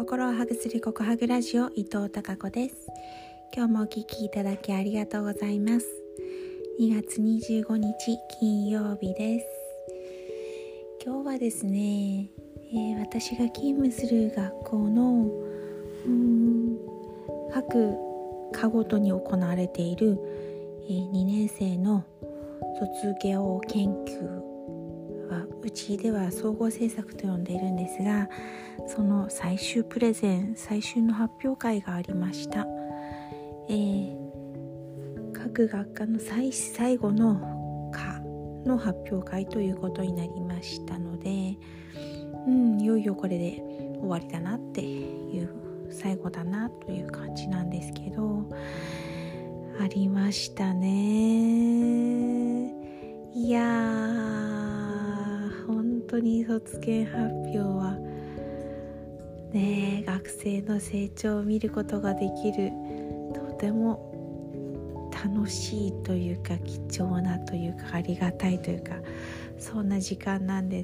心をハグするココハグラジオ、伊藤孝子です。今日もお聞きいただきありがとうございます。2月25日金曜日です。今日はですね、私が勤務する学校の各科ごとに行われている、2年生の卒業研究はうちでは総合制作と呼んでいるんですが、その最終の発表会がありました。各学科の最後の科の発表会ということになりましたので、いよいよこれで終わりだなっていう、最後だなという感じなんですけど、ありましたね。いやー、本当に卒検発表はね、学生の成長を見ることができる、とても楽しいというか、貴重なというか、ありがたいというか、そんな時間なんです。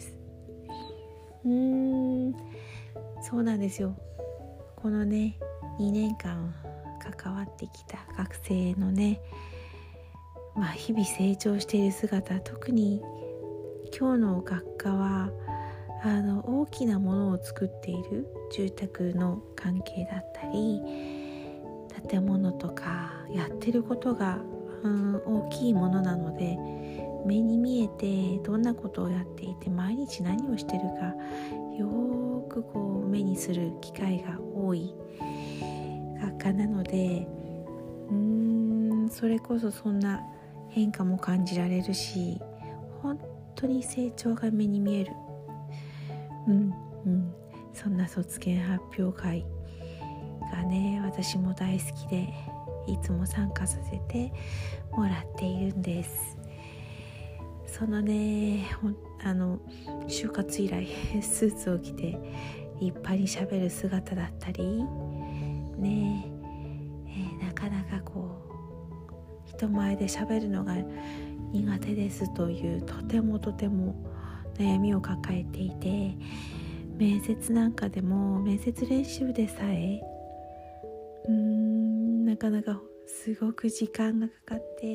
そうなんですよ。このね、2年間関わってきた学生のね、日々成長している姿、特に今日の学科は大きなものを作っている住宅の関係だったり、建物とかやってることが大きいものなので、目に見えてどんなことをやっていて、毎日何をしてるかよーく目にする機会が多い学科なので、それこそそんな変化も感じられるし、本当に成長が目に見える、そんな卒検発表会がね、私も大好きでいつも参加させてもらっているんです。そのね、就活以来スーツを着て立派に喋る姿だったりね、なかなか人前で喋るのが苦手ですという、とても悩みを抱えていて、面接なんかでも、面接練習でさえなかなかすごく時間がかかって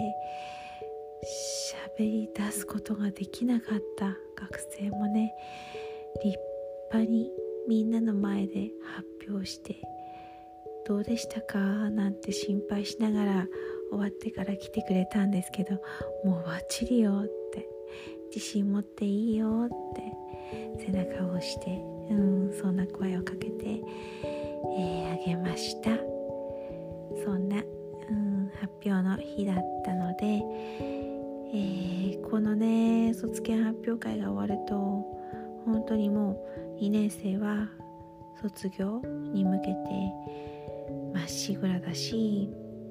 喋り出すことができなかった学生もね、立派にみんなの前で発表して、どうでしたかなんて心配しながら終わってから来てくれたんですけど、もうバッチリよって、自信持っていいよって背中を押して、そんな声をかけて、あげました。そんな、発表の日だったので、このね、卒検発表会が終わると、本当にもう2年生は卒業に向けてまっしぐらだし、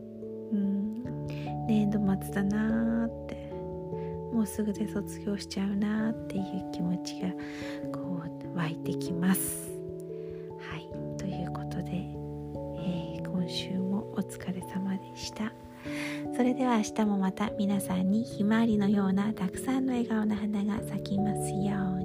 年度末だなーって、もうすぐで卒業しちゃうなーっていう気持ちが湧いてきます。はい、ということで、今週もお疲れ様でした。それでは明日もまた皆さんにひまわりのようなたくさんの笑顔の花が咲きますように。